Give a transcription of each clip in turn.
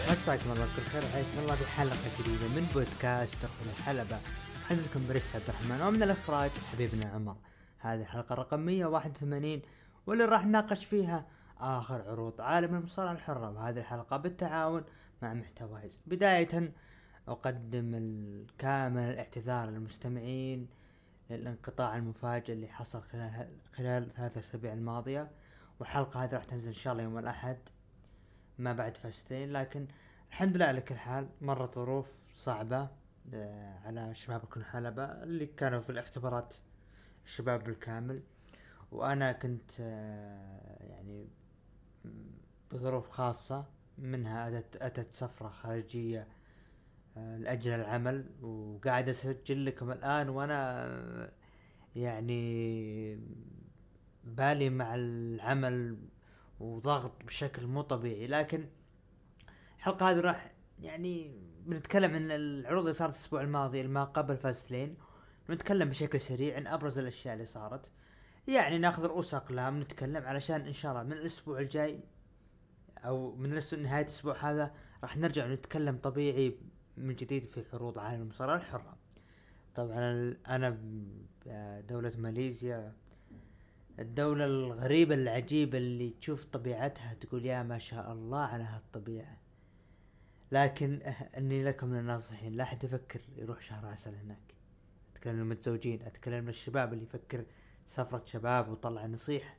مساكم الله بكل خير، حياكم الله بحلقة جديدة من بودكاست أخونا الحلبة. حدثكم بريس عبد الرحمن، ومن الإخراج حبيبنا عمر. هذه الحلقة رقم 181 واللي راح نناقش فيها آخر عروض عالم المصارعة الحرة، وهذه الحلقة بالتعاون مع محتوايز. بداية أقدم الكامل الاعتذار للمستمعين للانقطاع المفاجئ اللي حصل خلال 3 أسابيع الماضية، والحلقة هذه راح تنزل إن شاء الله يوم الأحد ما بعد فاستين. لكن الحمد لله على كل حال، مرت ظروف صعبة على شباب كل حلبة اللي كانوا في الاختبارات، الشباب بالكامل. وأنا كنت يعني بظروف خاصة، منها أتت سفرة خارجية لأجل العمل، وقاعد أسجل لكم الآن وأنا يعني بالي مع العمل وضغط بشكل مو طبيعي. لكن الحلقة هذه راح يعني بنتكلم عن العروض اللي صارت الأسبوع الماضي ما قبل فاستلين، نتكلم بشكل سريع عن أبرز الأشياء اللي صارت، يعني ناخذ رؤوس أقلام نتكلم، علشان إن شاء الله من الأسبوع الجاي أو من نهاية الأسبوع هذا راح نرجع نتكلم طبيعي من جديد في عروض عالم المصارعة الحرة. طبعا أنا دولة ماليزيا، الدولة الغريبة العجيبة اللي تشوف طبيعتها تقول يا ما شاء الله على هالطبيعة، لكن اني لكم من الناصحين لا احد يفكر يروح شهر عسل هناك. اتكلم المتزوجين، اتكلم للشباب اللي يفكر سفرة شباب وطلع نصيحة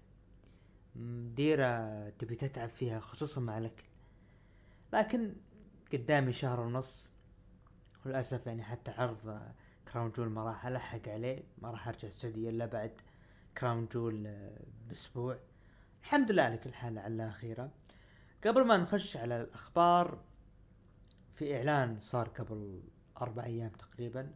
ديرة تبي تتعب فيها خصوصا مع الاكل. لكن قدامي شهر ونص وللاسف، يعني حتى عرض كراون جول ما راح الحق عليه، ما راح ارجع السعودية الا بعد كراون جول باسبوع. الحمد لله على كل حال على الاخيرة. قبل ما نخش على الاخبار، في اعلان صار قبل 4 ايام تقريبا.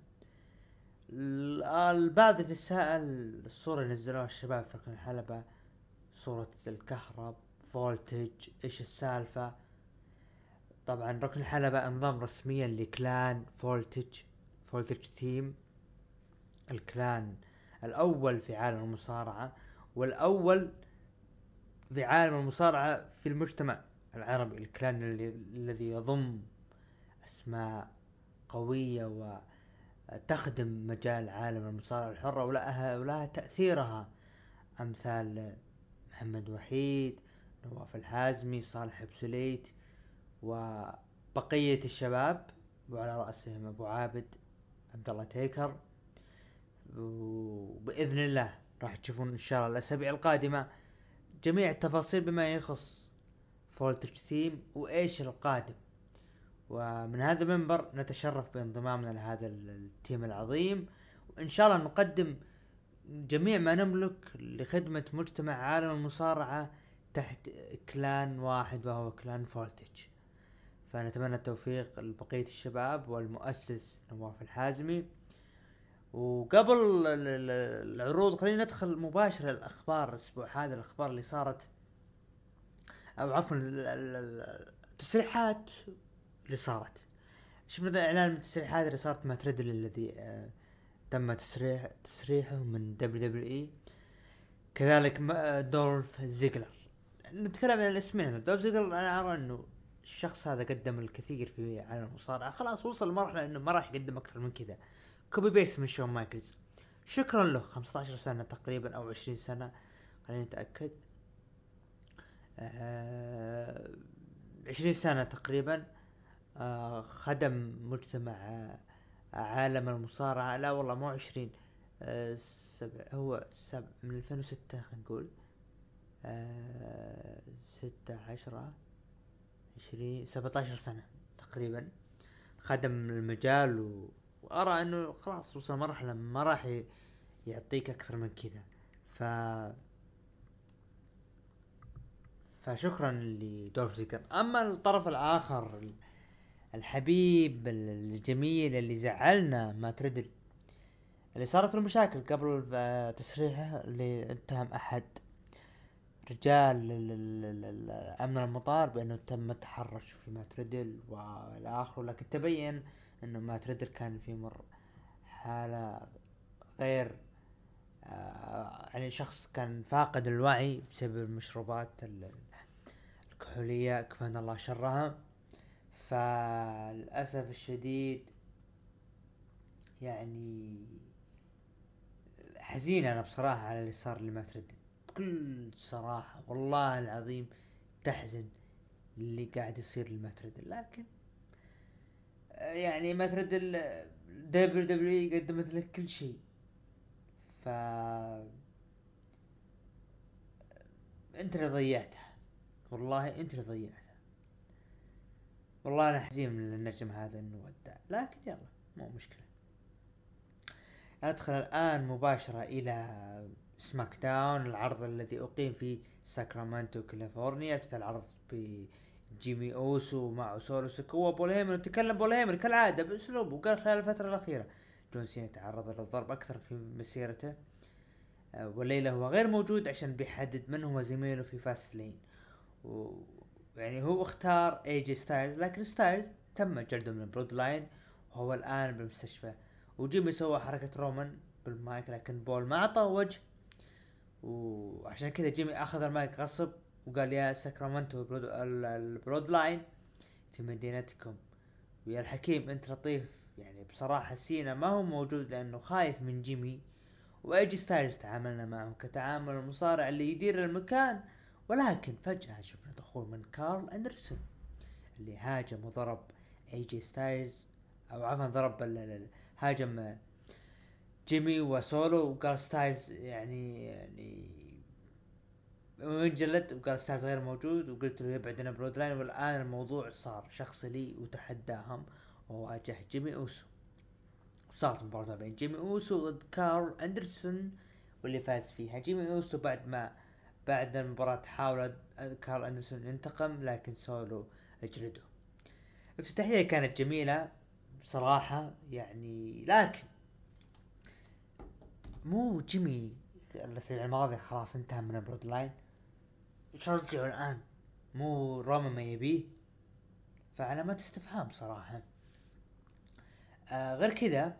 البعض يتساءل، الصورة اللي نزلوها الشباب في الحلبة صورة الكهرب فولتج، ايش السالفة؟ طبعا ركن الحلبة انضم رسميا لكلان فولتج تيم، الكلان الاول في عالم المصارعة، والاول في عالم المصارعة في المجتمع العربي. الكلان الذي يضم اسماء قوية وتخدم مجال عالم المصارعة الحرة ولها تأثيرها، امثال محمد وحيد، نواف الحازمي، صالح بسليت، وبقية الشباب، وعلى رأسهم ابو عابد عبد الله تيكر. وبإذن الله راح تشوفون ان شاء الله الاسابيع القادمة جميع التفاصيل بما يخص فولتج تيم وايش القادم. ومن هذا المنبر نتشرف بانضمامنا لهذا التيم العظيم، وإن شاء الله نقدم جميع ما نملك لخدمة مجتمع عالم المصارعة تحت كلان واحد وهو كلان فولتج. فنتمنى التوفيق لبقية الشباب والمؤسس نواف الحازمي. وقبل العروض خلينا ندخل مباشرة الأخبار الأسبوع هذا، الأخبار اللي صارت أو عفوا التسريحات اللي صارت. شفنا اعلان من التسريحات اللي صارت مع تريدل الذي تم تسريحه من WWE، كذلك دولف زيجلر. نتكلم عن الاسمين. دولف زيجلر انا ارى انه الشخص هذا قدم الكثير في عالم المصارعة، خلاص وصل لمرحلة انه ما راح يقدم اكثر من كذا، كوبي بيست من شون مايكلز. شكرا له، 15 سنة تقريبا او 20 سنة خلينا نتأكد، 20 سنة تقريبا خدم مجتمع عالم المصارعة. لا والله مو 20، هو من 2006 خلينا نقول 6 10 20 17 سنة تقريبا خدم المجال. وأرى أنه خلاص وصل مرحلة ما راح يعطيك أكثر من كذا. فشكرا لدولف زيجلر. أما الطرف الآخر الحبيب الجميل اللي زعلنا ما تردل، اللي صارت له مشاكل قبل تسريحه، اللي اتهم احد رجال امن المطار بانه تم التحرش في ما تردل والى اخره. لكن تبين انه ما تردل كان في مر حالة غير يعني شخص كان فاقد الوعي بسبب المشروبات الكحولية، كفانا الله شرها. فللأسف الشديد يعني حزين انا بصراحة على اللي صار لمات ريدن، بكل صراحة والله العظيم تحزن اللي قاعد يصير لمات ريدن. لكن يعني مات ريدن دبليو دبليو قدمت لك كل شيء، ف انت اللي ضيعتها، والله انت اللي ضيعتها. والله انا حزين من النجم هذا انه ودع، لكن يلا مو مشكلة. ندخل الآن مباشرة إلى سماك داون، العرض الذي أقيم في ساكرامنتو كاليفورنيا. ابتدأ العرض بجيمي أوسو مع سولو سكوا بول هيمن، وتكلم بول هيمن كالعادة بأسلوبه، وقال خلال الفترة الأخيرة جون سينا تعرض للضرب أكثر في مسيرته، والليلة هو غير موجود عشان بيحدد من هو زميله في فاست لين. يعني هو اختار اي جي ستايلز، لكن ستايلز تم جلده من البلود لاين وهو الآن بالمستشفى. وجيمي سوى حركة رومان بالمايك، لكن بول ما عطاه وجه، وعشان كذا جيمي اخذ المايك غصب وقال يا ساكرامنتو البلود لاين في مدينتكم ويا الحكيم انت لطيف. يعني بصراحة سينا ما هو موجود لانه خايف من جيمي، وايجي ستايلز تعاملنا معه كتعامل المصارع اللي يدير المكان. ولكن فجأة شفنا دخول من كارل اندرسون اللي هاجم وضرب ايجي ستايلز، او عفوا ضرب هاجم جيمي وسولو، وقال ستايلز يعني وانجلد، وقال ستايلز غير موجود، وقلت له يبعد عن برود لاين. والان الموضوع صار شخصي لي وتحداهم وواجه جيمي اوسو، وصارت مباراة بين جيمي اوسو ضد كارل اندرسون واللي فاز فيها جيمي اوسو بعد المباراة حاول كارل اندرسون ينتقم لكن سولو اجلده. افتتاحية كانت جميلة بصراحة يعني، لكن مو جيمي الأسبوع الماضي خلاص انتهى من البلود لاين، يرجعوا الآن مو روما ما يبيه، فعلامات استفهام صراحة. غير كذا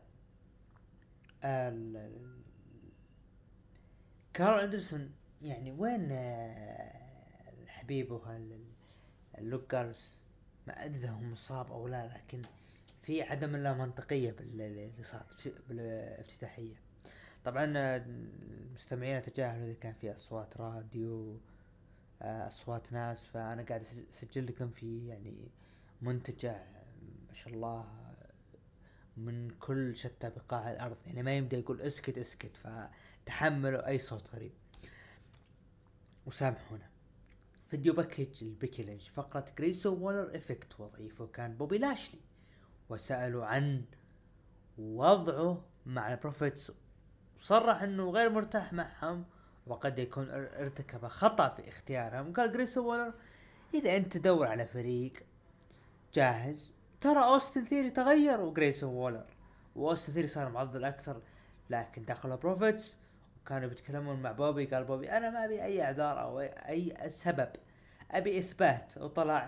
كارل اندرسون يعني وين الحبيب لوك جارلوس؟ ما ادري هو مصاب او لا، لكن في عدم لا منطقية باللي صارت بالافتتاحية. طبعا المستمعين تجاهلوا اذا كان في اصوات راديو، اصوات ناس، فانا قاعد اسجل لكم في يعني منتجع ما شاء الله من كل شتى بقاع الارض، يعني ما يمدي يقول اسكت اسكت، فتحملوا اي صوت غريب وسامحونا. فيديو باكيج البيكي فقرة جريسو وولر افكت، وضعيفه كان بوبي لاشلي، وسألوا عن وضعه مع البروفيتس، وصرح انه غير مرتاح معهم وقد يكون ارتكب خطأ في اختيارهم. قال جريسو وولر اذا انت تدور على فريق جاهز، ترى اوستن ثيري تغير وجريسون وولر، واوستن ثيري صار معضل اكثر. لكن دخلوا بروفيتس وكانوا بيتكلمون مع بوبي، قال بوبي انا ما ابي اي اعذار او اي سبب، ابي اثبات. وطلع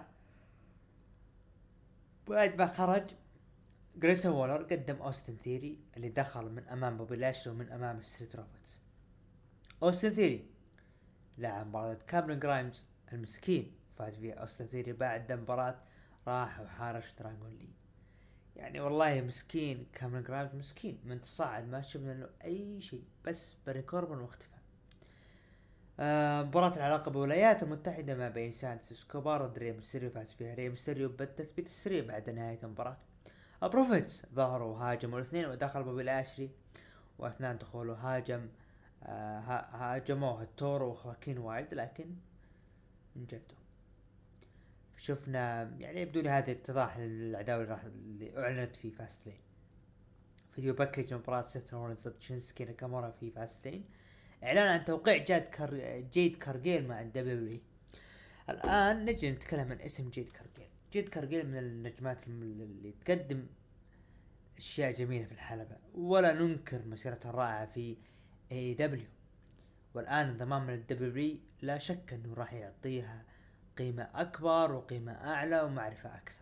بعد ما خرج جريسون وولر قدم اوستن ثيري اللي دخل من امام بوبي لاشلي ومن امام ستريت روبرتس. اوستن ثيري لعب مباراة كاميرون جرايمز المسكين، فاز فيها اوستن ثيري. بعد مباراة راح وحارش دراغون لي، يعني والله مسكين كاميرون جرايمز مسكين، من تصاعد ما شفنا له اي شيء، بس باري كوربن واختفى. مباراة العلاقة بالولايات المتحدة ما بين سانتوس اسكوبار ضد ري ميستيريو، فاز فيها ري ميستيريو بالتثبيت السريع بعد نهاية المباراة. بروفيتس ظهروا وهاجموا الاثنين، ودخل بوبي لاشلي، واثناء دخوله هاجموه التورو وخواكين وايد، لكن انجلدوا. شفنا يعني يبدو لي هذا اتضاح للعداوة اللي اعلنت في فاست لين. فيديو باكج مباراة سيث رولينز ضد شينسكي ناكامورا في فاست لين، اعلان عن توقيع جيد كارجيل مع الدبليو. الان نجي نتكلم عن اسم جيد كارجيل من النجمات اللي تقدم اشياء جميلة في الحلبة، ولا ننكر مسيرتها الرائعة في اي دبليو، والان انضمام للدبليو لا شك انه راح يعطيها قيمة اكبر وقيمة اعلى ومعرفة اكثر.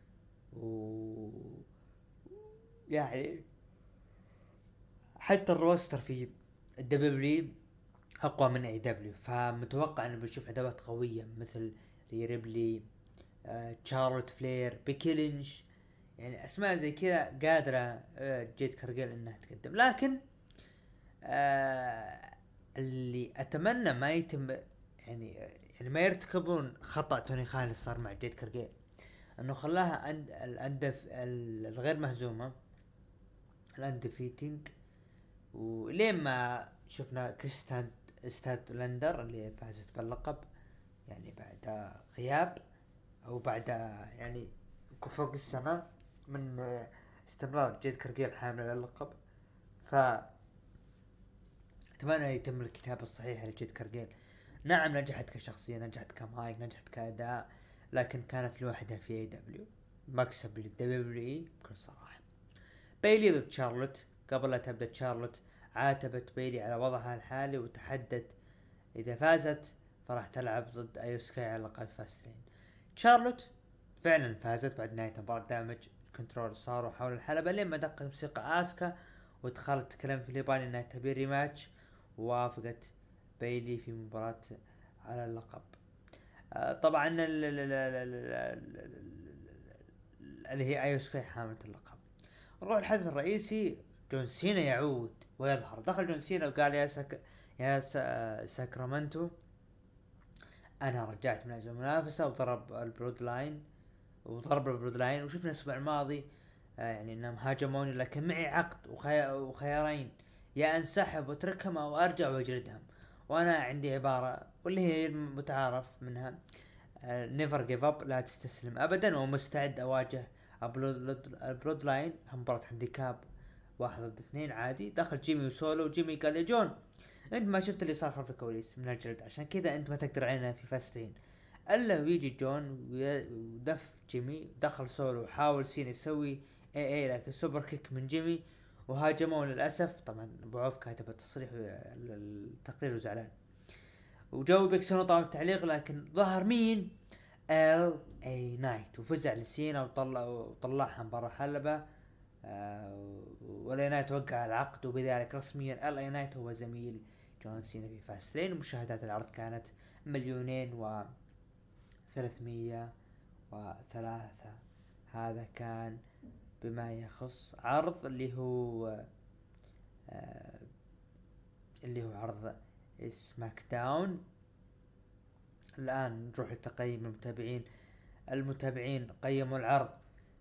يعني حتى الروستر في الدبليو اقوى من اي دبليو، فمتوقع ان بنشوف عداوات قوية مثل ري ريبلي، تشارلوت فلير، بيكي لينش، يعني اسماء زي كذا قادرة جيد كارجيل انها تقدم. لكن اللي اتمنى ما يتم يعني ما يرتكبون خطأ توني خان اللي صار مع جيد كارجيل، انه خلاها عند الاندف الغير مهزومة، الاندفيتنج، ولين ما شفنا كريستان ستاتلاندر اللي فازت باللقب يعني بعد غياب او بعد يعني فوق السنة من استمرار جيد كارجيل حامل اللقب. ف اتمنى يتم الكتابة الصحيحة لجيد كارجيل. نعم نجحت كشخصية، نجحت كمايك، نجحت كأداء، لكن كانت لوحدها في اي دبليو. مكسب للدبليو اي بكل صراحة. بايلي ضد شارلوت. قبل لا تبدأ شارلوت عاتبت بايلي على وضعها الحالي وتحدت اذا فازت فراح تلعب ضد ايو سكاي على لقب فاستين. شارلوت فعلا فازت بعد نهاية مباراة دامج كنترول صاروا حول الحلبة لين ما دقت موسيقى اسكا ودخلت تكلم في الياباني انها تبي ريماتش، ووافقت بايلي في مباراة على اللقب. طبعا اللي هي ايو سكاي حاملة اللقب. نروح الحدث الرئيسي، جون سينا يعود ويظهر. دخل جون سينا وقال يا ساكرامنتو انا رجعت من اجل المنافسة، وضرب البلود لاين وشفنا الاسبوع الماضي يعني انهم هاجموني، لكن معي عقد وخيارين، يا انسحب واتركهم او ارجع واجلدهم. وانا عندي عبارة واللي هي متعارف منها نيفر جيف اب، لا تستسلم ابدا، ومستعد اواجه البلود لاين. مباراة هانديكاب 1 ضد 2 عادي. دخل جيمي وسولو. جيمي قال يا جون انت ما شفت اللي صار خلف الكواليس من الجلد، عشان كذا انت ما تقدر علينا في فاستين. الا ويجي جون ودف جيمي. دخل سولو وحاول سين يسوي اي لكن سوبر كيك من جيمي وهاجموا للاسف. طبعا ابو عوف كاتب التصريح التقرير وزعلان، وجو بيكسونو طبعا التعليق، لكن ظهر مين؟ ال اي نايت وفزع لسينا وطلعها برا حلبة. والاي نايت وقع العقد، وبذلك رسميا ال اي نايت هو زميل جون سينا في فاستين. ومشاهدات العرض كانت 2,303,000. هذا كان بما يخص عرض اللي هو عرض سماك داون. الآن نروح لتقييم المتابعين قيموا العرض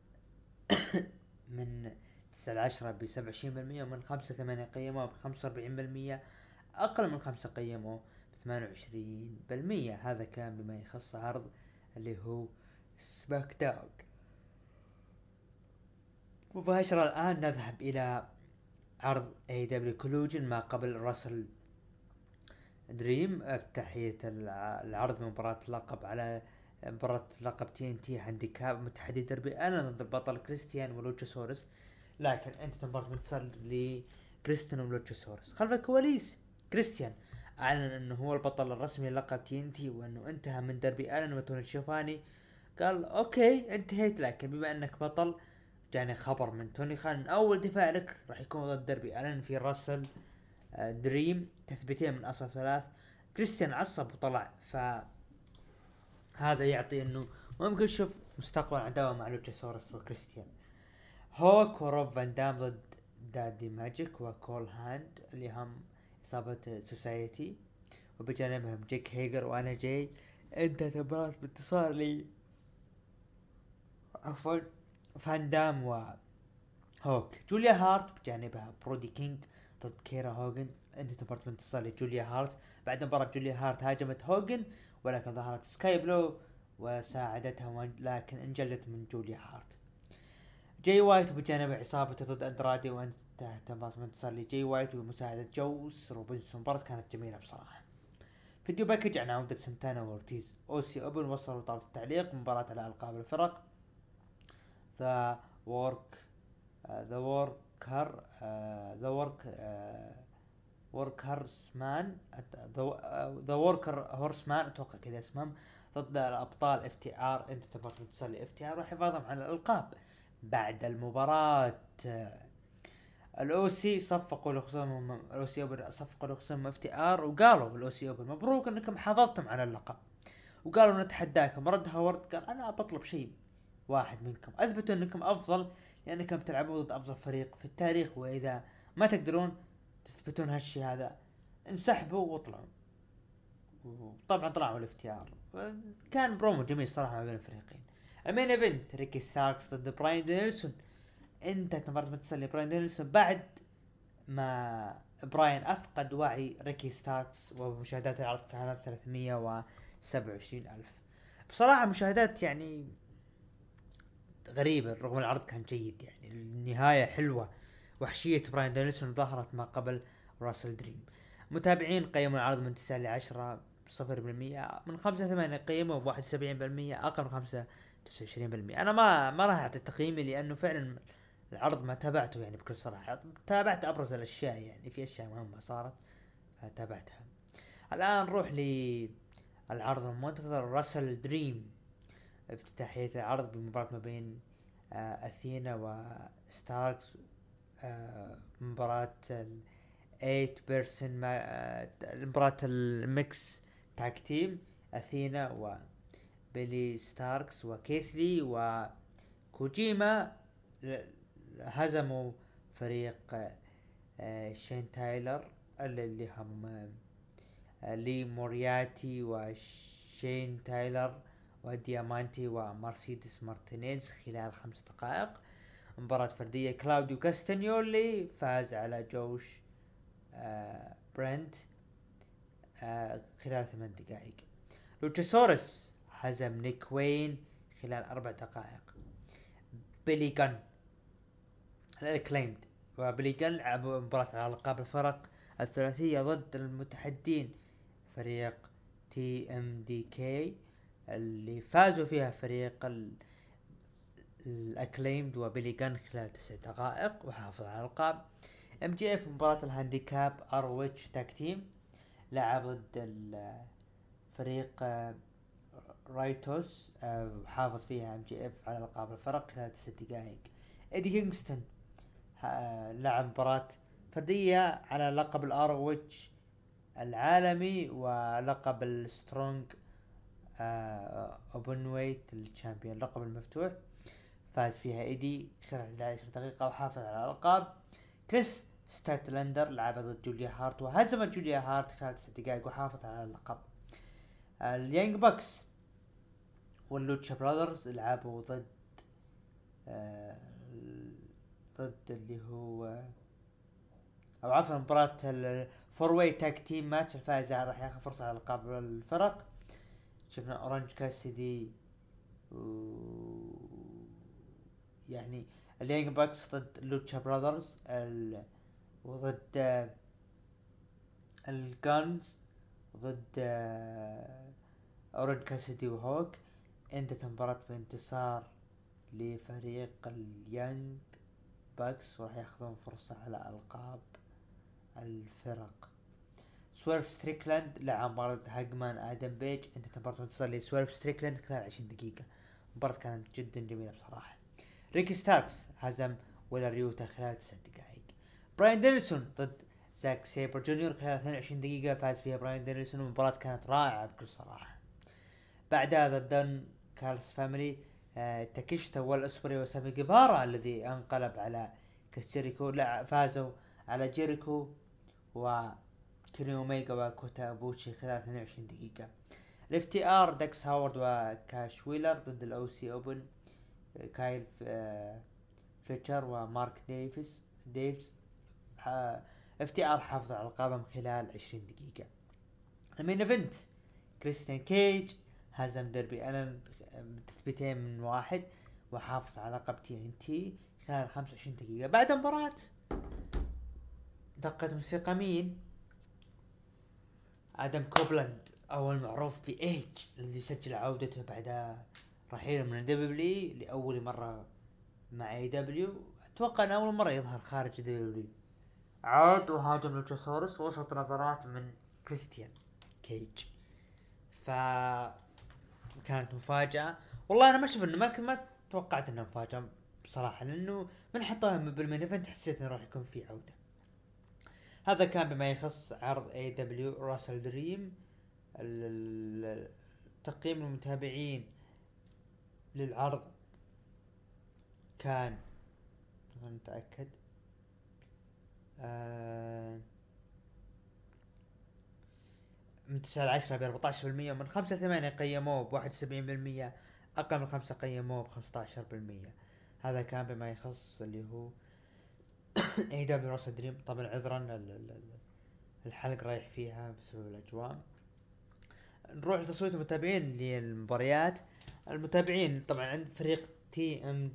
من 9-10 ب27%، ومن 5-8 قيموا ب45%، أقل من 5 قيموا ب28%. هذا كان بما يخص عرض اللي هو سماك داون. مباشرة الآن نذهب إلى عرض AEW Collision ما قبل راسل دريم. افتتاحية العرض من مباراة لقب على مباراة لقب TNT هانديكاب متحدي دربي أنا ضد البطل كريستيان ولوتشاسورس. لكن انت مباراة منتصر لكريستيان ولوتشاسورس. خلف الكواليس كريستيان اعلن انه هو البطل الرسمي للقب TNT، وانه انتهى من دربي ألن وتوني شوفاني. قال اوكي انتهيت، لكن بما انك بطل جاني خبر من توني خان اول دفاع لك راح يكون ضد دربي ألن في راسل دريم، تثبيتين من اصل 3. كريستيان عصب وطلع، فهذا يعطي انه ممكن نشوف مستقبل عداوة مع لوتشاسورس وكريستيان. هوك وروب فان دام ضد دادي ماجيك وكول هاند اللي هم اصابة سوسايتي، وبجانبهم جيك هيجر وانا جاي. انت مباراة بانتصار لي عفوا فان دام وهوك. جوليا هارت بجانبها برودي كينج ضد كيرا هوغن. انت مباراة بانتصار لجوليا هارت. بعد مباراة جوليا هارت هاجمت هوغن، ولكن ظهرت سكاي بلو وساعدتها، لكن انجلدت من جوليا هارت. جاي وايت بجانب عصابته ضد اندرادي، وانت مباراة بانتصار لجاي وايت بمساعدة جوس روبنسون. مباراة كانت جميلة بصراحة. فيديو باكج عن عودة سنتانا وورتيز. اوسي اوبن وصلوا طاولة التعليق. مباراة على القاب الفرق. ذا وركر هورسمان اتوقع كذا اسمهم، ضد الابطال اف تي ار. انت تبغى تنتصر لاف تي ار وحفاظهم على الالقاب. بعد المباراة الاوسي صفقوا لخصومهم، الاوسي اوبن صفقوا لخصومهم اف تي ار، وقالوا الاوسي اوبن مبروك انكم حافظتم على اللقب. وقالوا نتحداكم. رد هاورد قال انا بطلب شيء واحد منكم، اثبتوا انكم افضل لانكم تلعبون ضد افضل فريق في التاريخ، واذا ما تقدرون تثبتون هالشيء هذا انسحبوا واطلعوا. وطبعا طلعوا الافتيار. كان برومو جميل صراحه ما بين الفريقين. المين ايفنت ريكي ستاركس ضد براين دانيلسون. انت مباراة متسلي براين دانيلسون بعد ما براين افقد وعي ريكي ستاركس، ومشاهدات العرض كانت 327 ألف. بصراحة مشاهدات يعني غريبة رغم العرض كان جيد، يعني النهاية حلوة. وحشية براين دانيلسون ظهرت ما قبل راسل دريم. متابعين قيموا العرض من 9 ل 10 0%، من 5 8 قيموا 71%، اقل من 5 29%. انا ما راح اعطي تقييمي لانه فعلا العرض ما تابعته يعني بكل صراحة. تابعت ابرز الاشياء، يعني في اشياء مهمة صارت فتابعتها. الان نروح للعرض المنتظر راسل دريم. افتتاحية العرض بمباراة ما بين اثينا وستاركس. مباراة 8 بيرسون مباراة الميكس تاك تيم اثينا وبيلي ستاركس وكيثلي وكوجيما هزموا فريق شين تايلر اللي هم لي مورياتي وشين تايلر وديامانتي ومارسيدس مارتينيز خلال 5 دقائق. مباراة فردية كلاوديو كاستانيولي فاز على جوش برنت خلال 8 دقائق. لوتشاسورس هزم نيك وين خلال 4 دقائق. بيلي جان الكليمد وبيلي جان لعبوا مباراة على القاب الفرق الثلاثية ضد المتحدين فريق تي ام دي كي اللي فازوا فيها فريق الاكليمد وبيلي جان خلال 9 دقائق وحافظ على الألقاب. ام جي اف مباراة الهانديكاب ارويتش تاك تيم لعب ضد الفريق رايتوس حافظ فيها ام جي اف على ألقاب الفرق خلال 9 دقائق. ايدي كينغستون لعب مباراة فردية على لقب الارويتش العالمي ولقب السترونج اوبن ويت الشامبيون اللقب المفتوح. فاز فيها ايدي خلال 11 دقيقة وحافظ على الألقاب. كريس ستاتلندر لعب ضد جوليا هارت وهزم جوليا هارت خلال 9 دقائق وحافظ على اللقب. اليانج باكس واللوتشا براذرز لعبوا ضد اللي هو او عفوا مباراة الفورواي تاك تيم ماتش. الفائز راح ياخذ فرصة على القاب الفرق. شفنا اورانج كاسيدي يعني اليانج باكس ضد لوتشا براذرز وضد الجانز ضد اورانج كاسيدي وهوك. انتهت المباراة بانتصار لفريق اليانج باكس وراح ياخذون فرصة على ألقاب الفرق. سويرف ستريكلاند لعب مباراة هاجمان آدم بيج. انتهت المباراة بانتصار لسويرف ستريكلاند خلال 20 دقيقة. المباراة كانت جدا جميلة بصراحة. ريكي ستاركس هزم ويلر يوتا خلال 9 دقائق. براين دانيلسون ضد زاك سيبر جونيور خلال 22 دقيقة فاز فيها براين دانيلسون والمباراة كانت رائعة بكل صراحة. بعدها ضد دون كارلس فاميلي تاكيشتا والاسبري وسامي جيفارا الذي انقلب على كريس لا فازوا على جيريكو وكيني اوميجا وكوتا ابوشي خلال 22 دقيقة. الاف تي ار داكس هاورد وكاش ويلر ضد الاو سي اوبن كايل فليتشر ومارك ديفز. اف تي ار حافظ على القابم خلال 20 دقيقة. المين ايفنت كريستيان كيج هزم دربي ألن بتثبيتين من 1 وحافظ على لقب تي ان تي خلال 25 دقيقة. بعد مباراة دقت موسيقى مين؟ آدم كوبلاند أو المعروف بإيج الذي سجل عودته بعد رحيله من دبليو لأول مرة مع اي دبليو. أتوقع أن أول مرة يظهر خارج دبليو. عاد وهاجم لوتشاسورس وسط نظرات من كريستيان كيج. كانت مفاجأة والله. أنا ما شوف إنه ما توقعت إنه مفاجأة بصراحة لأنه من حطوها بالمين إيفنت حسيت إنه راح يكون في عودة. هذا كان بما يخص عرض AW راسل دريم تقييم المتابعين للعرض كان، خلينا نتأكد، من 9 ل10 ب14%، ومن 5 ل8 قيموه ب71%، أقل من 5 قيموه ب15%. هذا كان بما يخص اللي هو اي دبليو راس دريم. طبعا عذرا الحلقة رايح فيها بسبب الأجواء. نروح لتصويت المتابعين للمباريات. المتابعين طبعا عند فريق تي ام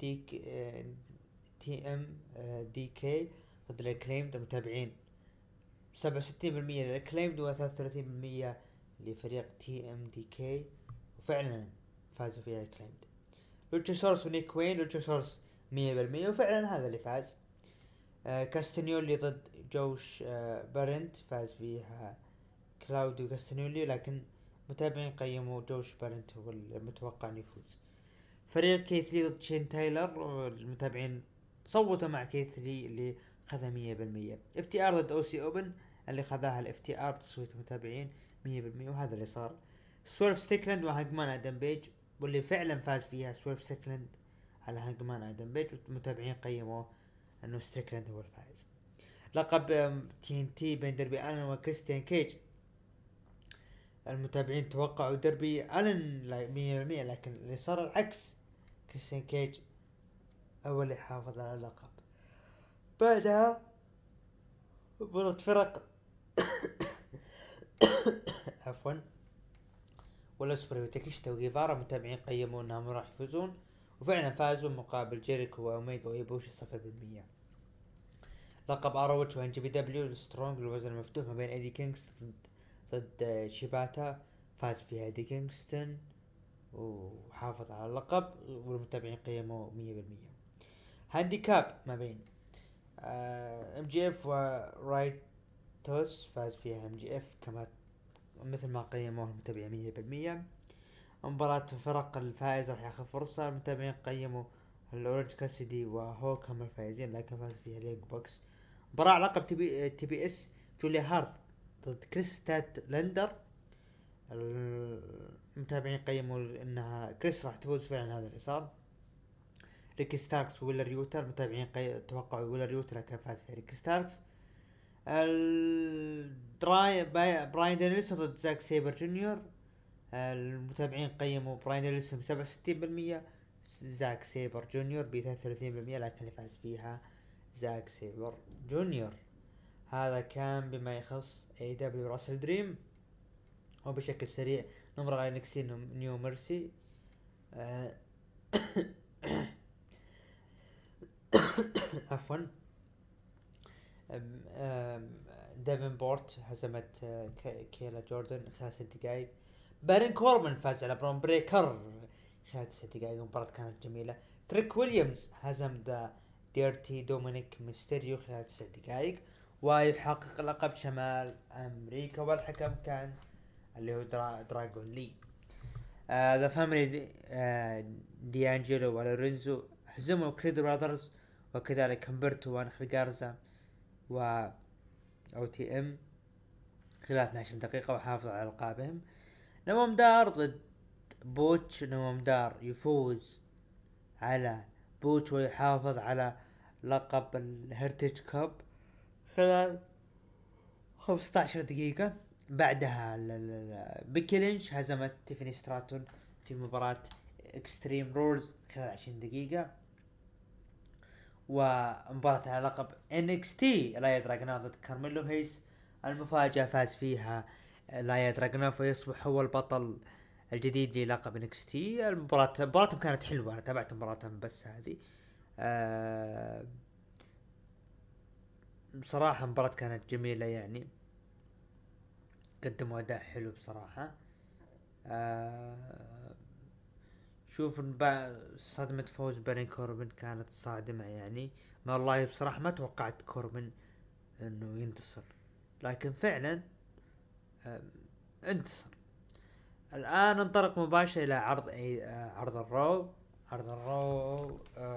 دي كي ضد الكليمد، المتابعين 67% للكليمد و33% لفريق تي ام دي كي، وفعلا فازوا فيها الكليمد. لوتشاسورس ونيك وين، لوتشاسورس 100%، وفعلا هذا اللي فاز. كاستنيولي ضد جوش بارنت، فاز فيها كلاوديو كاستنيولي، لكن متابعين قيموا جوش بارنت هو المتوقع ان يفوز. فريق كيثلي ضد شين تايلر، المتابعين صوتوا مع كيثلي اللي خذها 100%. اف تي ار ضد او سي اوبن، اللي خذاها الاف تي ار بتصويت المتابعين 100%، وهذا اللي صار. سويرف ستيكلاند وهاجمان ادم بيج، واللي فعلا فاز فيها سويرف ستيكلاند على هاجمان ادم بيج، والمتابعين قيموا انه ستيكلاند هو الفائز. لقب تي ان تي بين ديربي الن وكريستيان كيج، المتابعين توقعوا ديربي الن 100%، لكن اللي صار العكس، كريستيان كيج اول اللي حافظ على اللقب. بعدها مباراة فرق عفوا ولا سوبر وتاكيشتا وغيفارا، متابعين قيموا انهم راح يفوزون، وفعلا فازوا مقابل جيريكو واوميجا ويبوشي 0%. لقب اروتش وان جي بي دبليو سترونج، الوزن المفتوح ما بين ايدي كينغستون ضد شيباتا، فاز فيها ايدي كينغستون وحافظ على اللقب، والمتابعين قيموا 100%. هانديكاب ما بين ام جي اف ورايتوس، فاز فيها ام جي اف كما مثل ما قيموه المتابعين 100%. مباراة فرق الفائز راح ياخذ فرصة، المتابعين قيموا الاورنج كاسيدي وهوك هم الفائزين، لكن فاز فيها لينك بوكس. مباراة لقب تي بي اس، جوليا هارت ضد كريستات لندر، المتابعين قيموا انها كريس راح تفوز، فعلا هذا اللي صار. ريكي ستاركس ويلر يوتا، المتابعين توقعوا ويلر يوتا، لكن فاز فيها ريكي ستاركس. براين دانيلسون ضد زاك سيبر جونيور، المتابعين قيموا براين دانيلسون ب 67%، زاك سيبر جونيور ب 33%، لكن اللي فاز فيها زاك سيبر جونيور. هذا كان بما يخص اي دبليو راسل دريم. وبشكل سريع نمر على نكستي نيو ميرسي. عفوا ديفنبورت هزمت كيلا جوردن خلال 6 دقائق. بارين كوربن فاز على برون بريكر خلال 9 دقائق، المباراة كانت جميلة. تريك ويليامز هزم ذا ديرتي دومينيك ميستيريو خلال 9 دقائق، ويحقق لقب شمال أمريكا، والحكم كان اللي هو دراغون لي. ذا فاميلي دي أنجيلو ولورينزو هزموا كريد براذرز، وكذلك همبرتو وانخل جارزا و او تي ام خلال 12 دقيقة، وحافظ على ألقابهم. نوامدار ضد بوتش، نوامدار يفوز على بوتش ويحافظ على لقب الهيرتيج كاب خلال 15 دقيقة. بعدها بيكي لينش هزمت تيفاني ستراتون في مباراة اكستريم رولز خلال 20 دقيقة. ومباراة على لقب NXT لايا دراغونوف ضد كارميلو هيس، المفاجأة فاز فيها لايا دراغونوف ويصبح هو البطل الجديد للقب NXT. مباراتهم كانت حلوة، أنا تابعت مباراتهم بس هذه بصراحة مباراة كانت جميلة، يعني قدموا أداء حلو بصراحة. شوف صدمة فوز بارين كوربن كانت صادمة، يعني ما والله بصراحة ما توقعت كوربن انه ينتصر، لكن فعلا انتصر. الان ننطلق مباشرة الى عرض عرض الرو.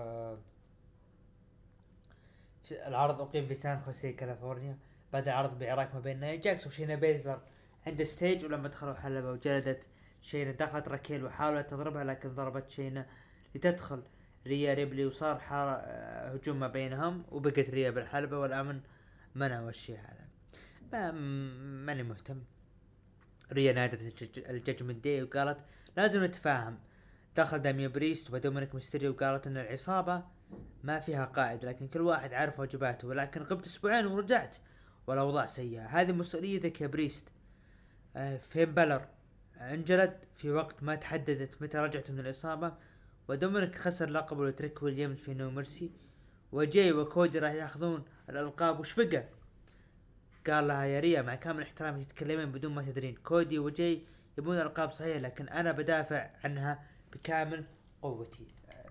العرض اقيم في سان خوسيه كاليفورنيا، بعد العرض بعراك ما بين نايجاكس وشينا بيزلر عند ستيج، ولما دخلوا حلبة وجلدت شينا دخلت راكيل وحاولت تضربها لكن ضربت شينا لتدخل ريا ريبلي، وصار هجوم ما بينهم، وبقت ريا بالحلبة والأمن منعوا الشيء هذا. ماني مهتم. ريا نادت الججمنت داي وقالت لازم نتفاهم. دخل داميان بريست ودومينيك ميستيريو وقالت ان العصابة ما فيها قائد، لكن كل واحد عارف واجباته، ولكن غبت اسبوعين ورجعت والاوضاع سيئة. هذه مسؤوليتك يا بريست. فين بلر انجلد في وقت ما تحددت متى رجعت من العصابة، ودومينيك خسر لقبه لتريك ويليامز في نو ميرسي، وجاي وكودي راح ياخذون الالقاب. وش بقى؟ قال لها يا ريا مع كامل احترامي تتكلمين بدون ما تدرين. كودي وجاي يبون الألقاب صحيح، لكن أنا بدافع عنها بكامل قوتي.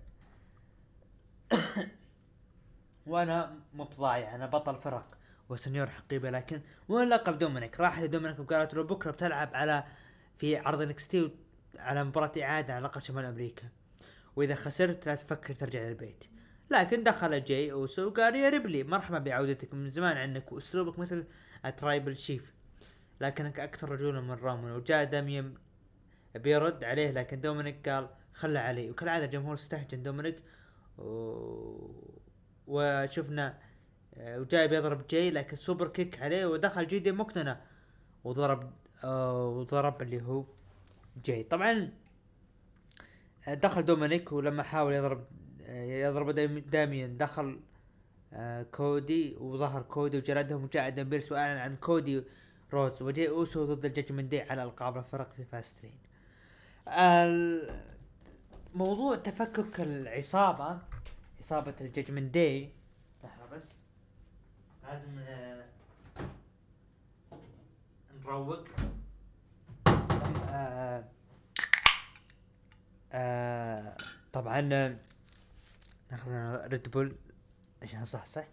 وأنا مبضايع، أنا بطل فرق وسنيور حقيبة. لكن وين لقب دومينيك؟ راحت دومينيك وقالت له بكرة بتلعب على في عرض نكستي على مباراة إعادة على لقب شمال أمريكا، وإذا خسرت لا تفكر ترجع للبيت. لكن دخل جاي أوسو وقال يا ريبلي مرحبا بعودتك، من زمان عنك وأسلوبك مثل الترايبل شيف، لكنك أكثر رجولا من رومان. وجاء داميان بيرد عليه، لكن دومينيك قال خلى علي، وكالعادة الجمهور استهجن دومينيك وشفنا وجاي بيضرب جاي، لكن سوبر كيك عليه ودخل جيدي مقننة وضرب اللي هو جاي. طبعا دخل دومينيك، ولما حاول يضرب داميان دخل كودي وظهر كودي وجلدهم، وجاء ادم بيرس واعلن عن كودي روز وجاي اوسو ضد الجاجمنت داي على القاب الفرق في فاسترين. موضوع تفكك عصابة الجاجمنت داي. لحظة بس لازم نروق. طبعا ناخذ ريد بول عشان صح.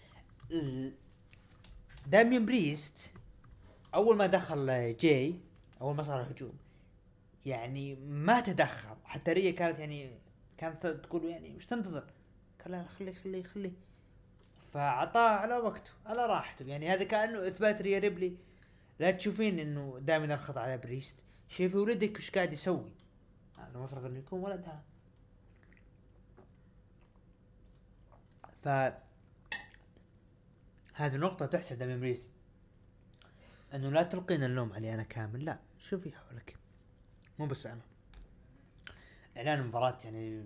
داميان بريست اول ما دخل جاي، اول ما صار الهجوم يعني ما تدخل، حتى ريا كانت تقول يعني وش تنتظر؟ قال لا خلي فعطاه على وقته على راحته. يعني هذا كأنه اثبات ريا ريبلي لا تشوفين انه دائما يرخض على بريست، شوفي ولدك وش قاعد يسوي، انا المفروض انه يكون ولدها. ف هذه نقطة تحسب داميان بريست، انه لا تلقين اللوم علي انا كامل، لا شوفي حولك مو بس انا. اعلان المباراة يعني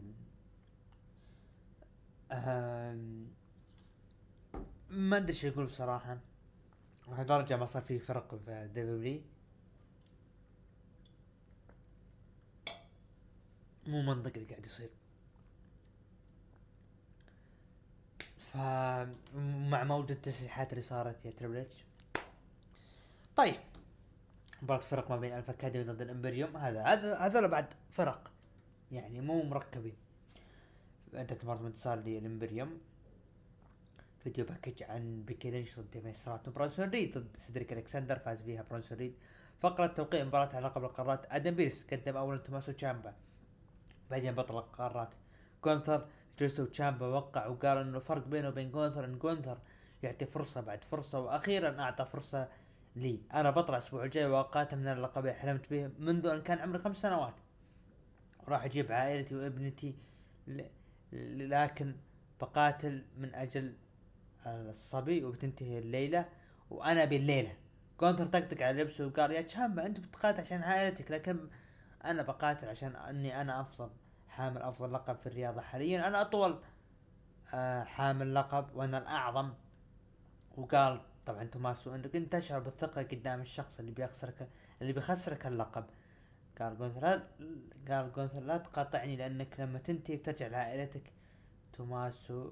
ما ادري ايش اقول بصراحة. لدرجة ما صار في فرق في دبليو، مو منطق اللي قاعد يصير. مع موجة التسريحات اللي صارت يا تريبل اتش. طيب مباراة فرق ما بين الفا اكاديمي ضد الامبريوم، هذا بعد فرق يعني مو مركبين. انت مباراة انتصار للامبريوم، فيديو باكج عن بيكي لينش ضد ديفين ستراتون. برونسون ريد ضد سيدريك الكسندر، فاز فيها برونسون ريد. فقرة توقيع مباراة على لقب القارات، ادم بيرس قدم اولا توماسو تشامبا، بعدين بطل القارات جونثر جلسوا تشامبا وقع، وقال انه الفرق بينه وبين جونثر ان جونثر يعطي فرصة بعد فرصة، واخيرا اعطى فرصة لي. انا بطلع الاسبوع الجاي واقاتل من اللقب اللي حلمت به منذ ان كان عمري 5 سنوات، وراح اجيب عائلتي وابنتي لكن بقاتل من اجل الصبي وبتنتهي الليلة وانا بالليلة. جونثر طقطق على لبسه وقال يا تشامبا انت بتقاتل عشان عائلتك، لكن انا بقاتل عشان اني انا افضل حامل افضل لقب في الرياضة حاليا، انا اطول حامل لقب وانا الاعظم. وقال طبعا توماسو انك انت تشعر بالثقة قدام الشخص اللي بيخسرك اللقب. قال جونثر لا تقاطعني لانك لما تنتهي بترجع لعائلتك. توماسو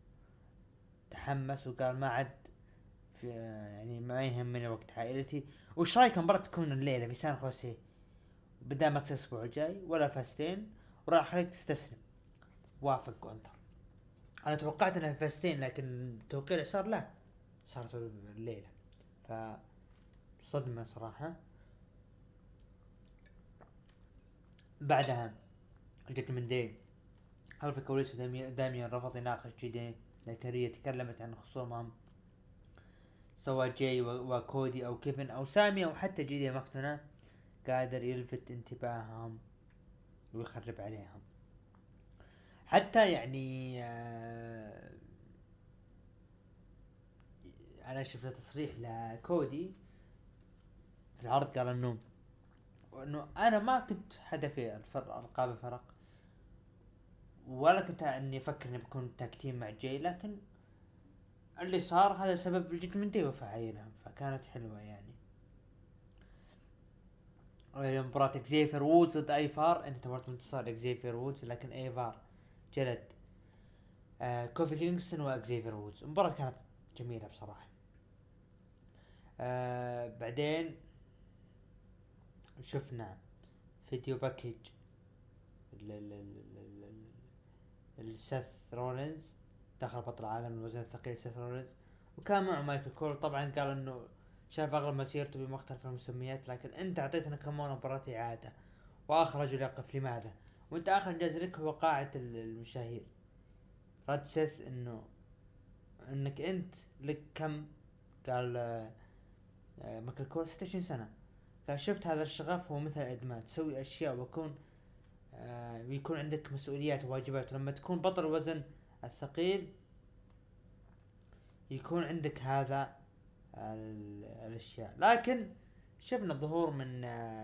تحمس وقال ما عاد في يعني ما يهمني وقت عائلتي. وش رايك مباراة تكون الليلة بسان خوسيه بدل ما تصير الاسبوع الجاي ولا فاستين، وراح خليك تستسلم؟ وافق جونثر. انا توقعت انها فاستين، لكن توقيع صار لا صارت الليلة، ف صدمة صراحة. بعدها جت من دي خلف الكواليس داميان رفض يناقش جيدين، لكن هي تكلمت عن خصومهم سواء جاي وكودي او كيفن او سامي او حتى جيدي ماكدونا. قادر يلفت انتباههم ويخرب عليهم. حتى يعني انا شفت تصريح لكودي في العرض، قال انه انا ما كنت هدفي القاب الفرق، ولا كنت اني افكر اني بكون تاكتيم مع جاي، لكن اللي صار هذا سبب الجدمنت وفعيلهم، فكانت حلوة يعني. مباراة اكزيفير وودز ضد ايفار، انت تبغى انتصار اكزيفير وودز، لكن ايفار جلد كوفي كينغستون واكزيفير وودز. المباراة كانت جميلة بصراحة. بعدين شفنا فيديو باكيج لسيث رولينز دخل بطل العالم الوزن الثقيل سيث رولينز، وكان معه مايكل كول. طبعا قال انه شاف اغلب مسيرته بمختلف المسميات، لكن انت اعطيتنا كمان مباراة اعادة واخر رجل يقف، لماذا؟ وانت اخر انجاز لك هو قاعة المشاهير. رد سيث انك انت لك كم؟ قال مايكل كول 26 سنة. قال شفت هذا الشغف هو مثل ادمان، تسوي اشياء ويكون عندك مسؤوليات وواجبات. لما تكون بطل الوزن الثقيل يكون عندك هذا الاشياء. لكن شفنا الظهور من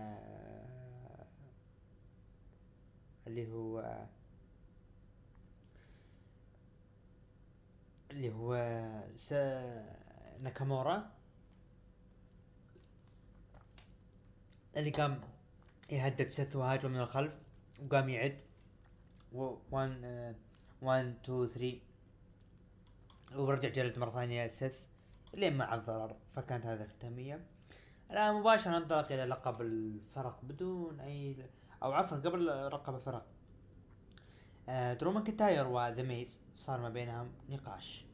اللي هو ناكامورا، اللي قام يهدد سيث وهاجم من الخلف وقام يعد 1 2 3 ورجع جلد مرة ثانية سيث لين ما عض الأرض. فكانت هذه الختامية. الآن مباشرة ننطلق إلى لقب الفرق بدون أي أو عفوا قبل لقب الفرق. درو ماكنتاير وذا ميز صار ما بينهم نقاش،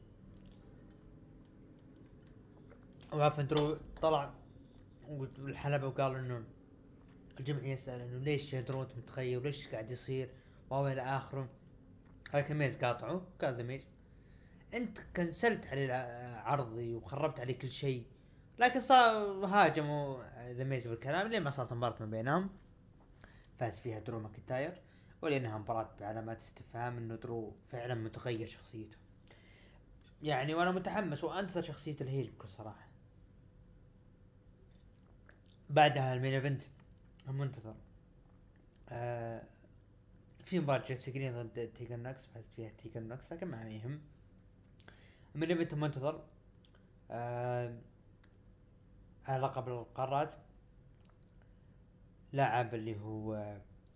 وعفوا درو طلع والحلبة وقال انه الجميع يسأل انه ليش درو انت متغير وليش قاعد يصير وهو الى اخره. لكن ميز قاطعه، قال ذا ميز انت كنسلت علي عرضي وخربت علي كل شيء. لكن صار هاجموا ذا ميز بالكلام لين ما صارت مباراة ما بينهم فاز فيها درو ماكنتاير، ولانها مباراة بعلامات استفهام انه درو فعلا متغير شخصيته يعني. وانا متحمس وانتظر شخصية الهيل بكل صراحة. بعدها المين ايفنت المنتظر في مباراة جيسي جرين ضد تيجن نوكس، فازت فيها تيجن نوكس لكن ما يهم. المين ايفنت المنتظر على لقب القارات، لاعب اللي هو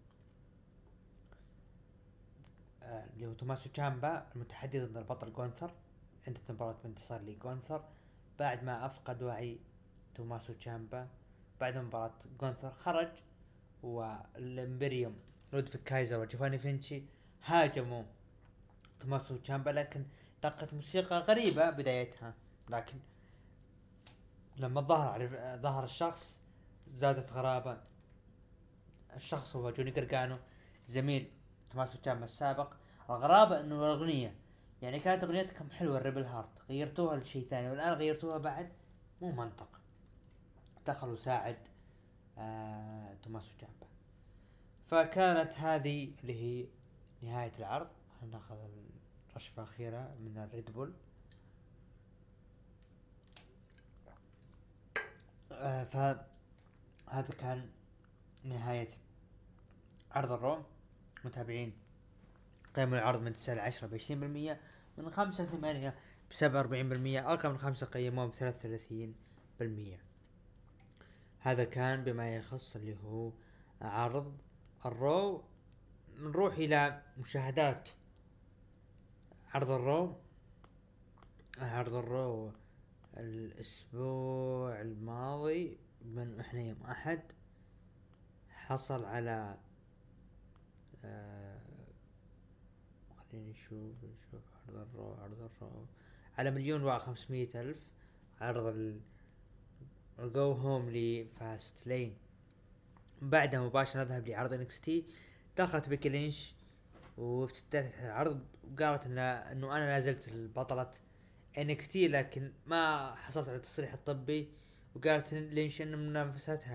توماسو تشامبا المتحدي ضد البطل جونثر. انتهت المباراة بانتصار لجونثر بعد ما افقد وعي توماسو تشامبا. بعد مباراة جونثر خرج والامبريوم لودفيك كايزر وجيفاني فينشي هاجموا توماسو تشامبا، لكن دقت موسيقى غريبة بدايتها، لكن لما ظهر الشخص زادت غرابة. الشخص هو جوني غرغانو زميل توماسو تشامبا السابق. الغرابة انه الاغنية يعني كانت اغنيتكم حلوة الريبل هارت غيرتوها لشيء ثاني والان غيرتوها بعد، مو منطق. دخلوا ساعد توماسو تشامبا. فكانت هذه اللي هي نهاية العرض. ناخذ رشفة أخيرة من الريد بول. فهذا كان نهاية عرض الرو. متابعين قيموا العرض من 9 ل 10 ب20%، من 5 ل 8 ب47%، أقل من 5 قيموه ب33%. هذا كان بما يخص اللي هو عرض الرو. نروح إلى مشاهدات عرض الرو. عرض الرو الأسبوع الماضي من احنا يوم أحد حصل على خليني نشوف عرض الرو على 1,500,000. عرض الجو هوم لفاست لين. بعدها مباشرة نذهب لعرض انكستي. دخلت بيكي لينش وافتتحت العرض وقالت انه انا لازلت البطلة انكستي، لكن ما حصلت على التصريح الطبي. وقالت لينش ان منافستها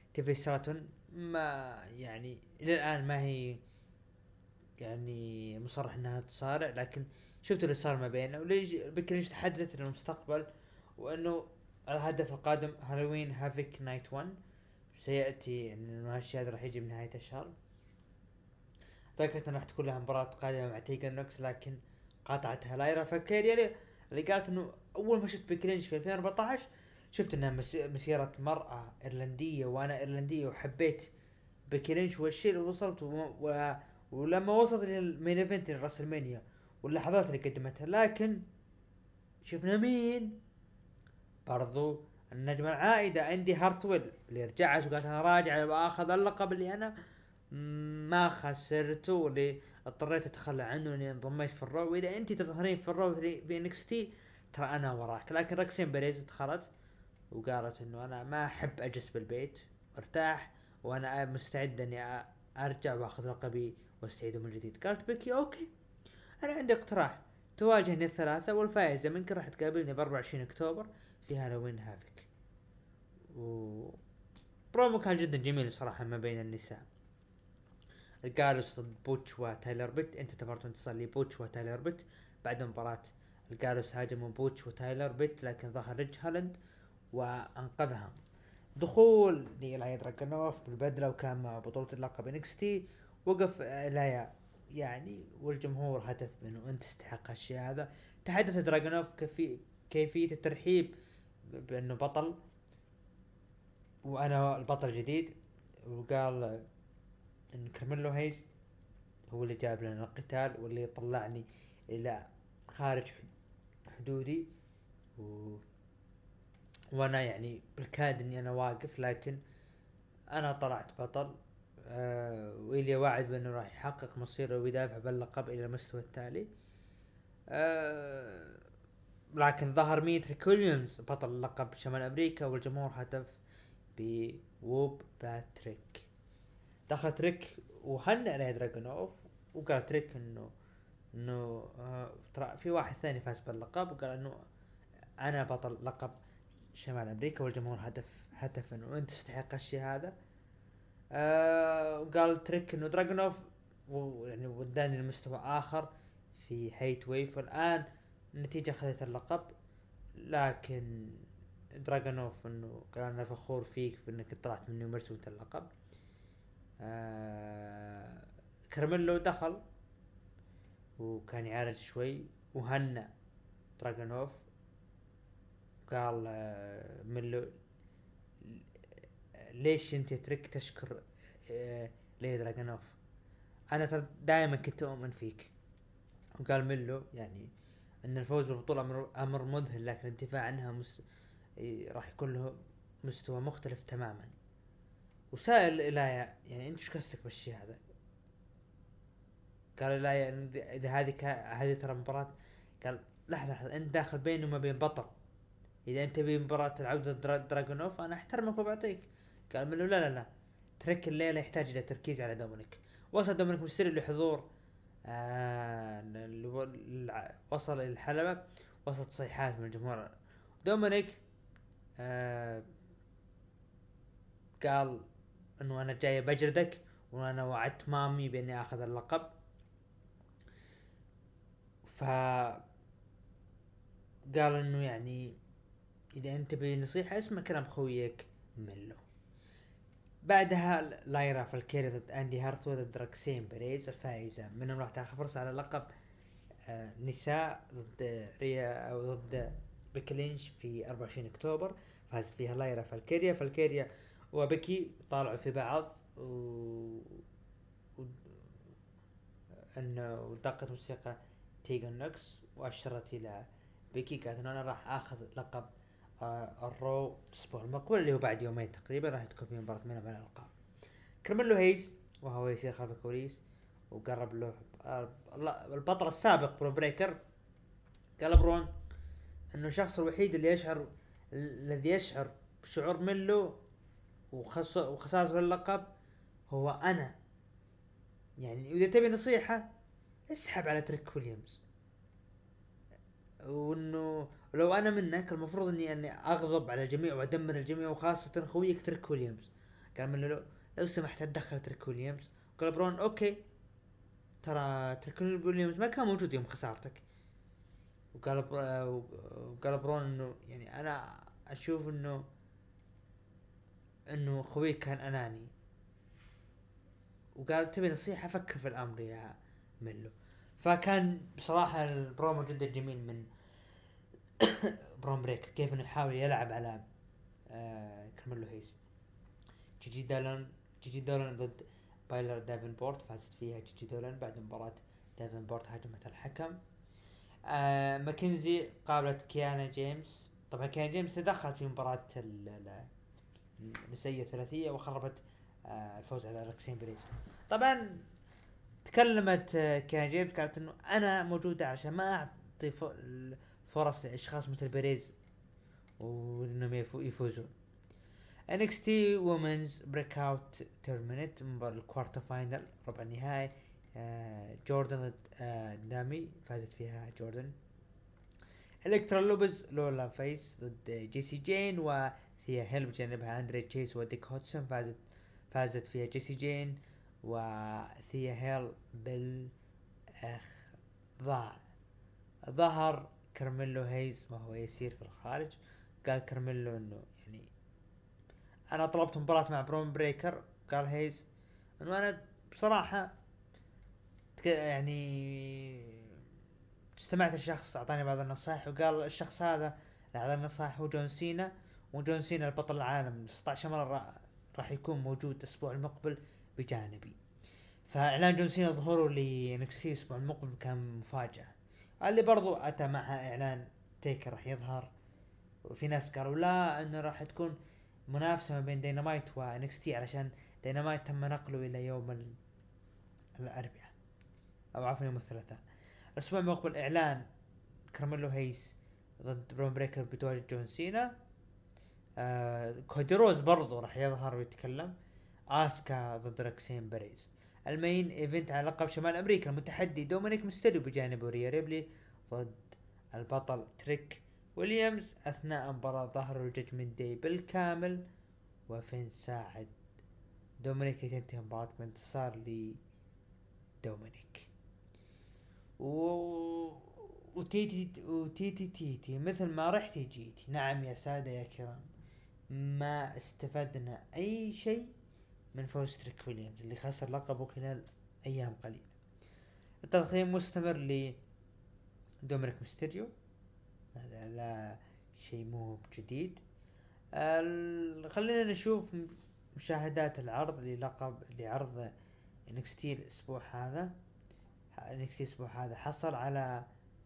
تيفي ستراتون ما يعني الى الان ما هي يعني مصرح انها تصارع، لكن شفت اللي صار ما بينه، وليش بيكي لينش تحدثت عن المستقبل وانه الهدف القادم هالوين هافيك نايت 1 سياتي، يعني انه هالشيء هذا راح يجي بنهايه الشهر. ذكرت انه راح تكون لها مباراة قادمة مع تيجن نوكس، لكن قاطعتها لايرا فالكيريا اللي قالت انه اول ما شفت بيكي لينش في 2014 شفت انها مسيرة مرأة ايرلندية وانا ايرلندية وحبيت بيكي لينش والشيء اللي وصلت ولما وصلت للمين ايفنت الراسلمانيا واللحظات اللي قدمتها. لكن شفنا مين برضو النجمة العائدة اندي هارثويل اللي رجعت وقالت انا راجعة واخذ اللقب اللي انا ما خسرته، واللي اضطريت اتخلى عنه اني انضميت في الرو، واذا انت تظهرين في الرو في انكس تي ترى انا وراك. لكن ركسين بيريز دخلت وقالت انه انا ما احب اجلس بالبيت ارتاح، وانا مستعد اني ارجع واخذ لقبي واستعيده من جديد. قالت بيكي اوكي انا عندي اقتراح، تواجهني الثلاثة والفائزة منك راح تقابلني ب 24 اكتوبر في هالوين هافك. و برومو كان جدا جميل صراحة ما بين النساء. الجالوس ضد بوتش وتايلر بيت، انت تبغى انتصار لبوتش وتايلر بيت. بعد مباراة الجالوس هاجموا بوتش وتايلر بيت، لكن ظهر ريج هالاند وانقذهم. دخول لإيلاي دراجونوف بالبدلة وكان مع بطولة اللقب انكستي، وقف إيلاي يعني والجمهور هتف منه انت تستحق هالشيء هذا. تحدث دراجونوف كيفية الترحيب بانه بطل وانا البطل الجديد، وقال ان كارميلو هيز هو اللي جاب لنا القتال واللي طلعني الى خارج حدودي وانا يعني بالكاد اني انا واقف، لكن انا طلعت بطل. وإلي واعد بانه راح يحقق مصيره ويدافع باللقب الى المستوى التالي. لكن ظهر ميتريك ويليامز بطل اللقب شمال امريكا، والجمهور هتف بووب ذا تريك. دخل تريك وهنأ عليه دراجونوف وقال تريك انه ترى في واحد ثاني فاز باللقب، وقال انه انا بطل لقب شمال امريكا، والجمهور هتف انه انت تستحق الشيء هذا. وقال تريك انه دراجونوف يعني وداني لمستوى اخر في هيت ويف، والان النتيجة اخذت اللقب. لكن دراجونوف انه قال انا فخور فيك بانك طلعت من نيومرس وانت اللقب. كارميلو دخل وكان يعالج شوي وهنأ دراجونوف. قال ميلو ليش انت ترك تشكر ليه دراجونوف، انا دائما كنت اؤمن فيك. وقال ميلو يعني ان الفوز بالبطولة امر مذهل، لكن الدفاع عنها راح يكون له مستوى مختلف تماما. وسائل إلايا يعني انت ايش قصدك بالشيء هذا؟ قال إلايا اذا هذه ترى مباراة، قال لحظة انت داخل بيني وما بين بطل، اذا انت بمباراة العودة دراجونوف انا احترمك وبعطيك. قال منه لا ترك الليلة يحتاج الى تركيز على دومينيك. وصل دومينيك مستري لحضور وصل الى الحلبة وسط صيحات من الجمهور. دومينيك قال انه انا جاي بجردك وانا وعدت مامي باني اخذ اللقب. ف قال انه يعني اذا انت بنصيحة اسمع كلام خويك ميلو. بعدها لايرا فالكيري ضد اندي هارثو ضد راكسين بيريز، الفائزة منهم راح تاخذ فرصة على لقب نساء ضد ريا او ضد بيكي لينش في 24 اكتوبر. فازت فيها لايرا فالكيريا وبيكي طالعوا في بعض انه ودقت موسيقى تيجن نوكس واشرت الى بيكي، قالت انه انا راح اخذ لقب الرو الاسبوع المقبل اللي هو بعد يومين تقريبا راح تكون في مباراة من الالقاب. كارميلو هيز وهو يصير خلف الكواليس وقرب له البطل السابق برو بريكر. قال برون انه الشخص الوحيد الذي يشعر بشعور ميلو وخسارة اللقب هو انا، يعني اذا تبي نصيحة اسحب على تريك ويليامز، وانه لو انا منك المفروض اني اغضب على الجميع وادمر الجميع وخاصة خويك تريك ويليامز، قال له لو سمحت اتدخل تريك ويليامز. قال برون اوكي، ترى تريك ويليامز ما كان موجود يوم خسارتك. وقال برون انه يعني انا اشوف انه خويك كان اناني، وقال تبي نصيحة فكر في الامر يا ميلو. فكان بصراحة البرومو جدا جميل من برون بريكر، كيف انه يحاول يلعب على كارميلو هيز. جيجي دولان ضد بايلر دافنبورت، فازت فيها جيجي دولان بعد مباراة دافنبورت هاجمت الحكم. ماكنزي قابلت كيانا جيمس. طبعا كيانا جيمس تدخلت في مباراة النسائية الثلاثية وخربت الفوز على ركسين بريز. طبعا تكلمت كيانا جيمس، قالت انه انا موجودة عشان ما اعطي فرص لاشخاص مثل بريز وانهم يفوزون. NXT Women's Breakout Tournament مباراة الكوارتر فاينل ربع النهائي، جوردن ضد دامي، فازت فيها جوردن. الكترا لوبز لولا فيس ضد جيسي جين، وفيها هيل بجانبها اندري تشيس وديك هوتسون، فازت فيها جيسي جين وثيا هيل بالإخضاع. ظهر كارميلو هيز وهو يسير في الخارج، قال كارميلو انه يعني انا طلبت مباراة مع برون بريكر. قال هيز انه انا بصراحة يعني استمعت لشخص اعطاني بعض النصائح، وقال الشخص هذا اعطاني النصائح هو جون سينا، وجون سينا البطل العالم 16 مرة راح يكون موجود الاسبوع المقبل بجانبي. فاعلان جون سينا ظهوره لنكسي الاسبوع المقبل كان مفاجأة. اللي برضو اتى معها اعلان تيكر راح يظهر، وفي ناس قالوا لا انه راح تكون منافسة ما بين دينامايت ونكستي علشان دينامايت تم نقله الى يوم الاربعاء او عفوا يوم الثلاثاء. الاسبوع المقبل اعلان كارميلو هيس ضد برون بريكر بتواجد جون سينا. كودي روز برضو راح يظهر ويتكلم. اسكا ضد ركسين بريز. المين ايفنت على لقب شمال امريكا، المتحدي دومينيك ميستيريو بجانب ريا ريبلي ضد البطل تريك ويليامز. اثناء مباراة ظهروا الججمنت داي بالكامل، وفين ساعد دومينيك تنتهي مباراة بانتصار لدومينيك. وتيتي مثل ما رحتي جيتي. نعم يا سادة يا كرام، ما استفدنا اي شيء من فوز تريك ويليامز اللي خسر لقبه خلال ايام قليلة. التضخيم مستمر لدومينيك ميستيريو، هذا لا شيء مو جديد. خلينا نشوف مشاهدات العرض لعرض NXT الاسبوع هذا. NXT الاسبوع هذا حصل على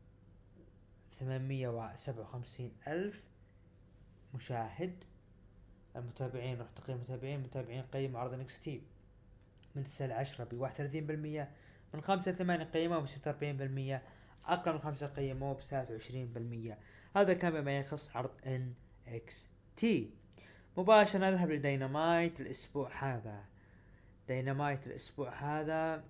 857 ألف مشاهد. المتابعين راح تقييم متابعين قيموا عرض NXT من 9 ل10 ب31%، من 5 ل8 قيموه ب46%، أقل من 5 قيموه ب23%. هذا كان بما يخص عرض NXT. مباشرة نذهب لدينامايت الأسبوع هذا. دينامايت الأسبوع هذا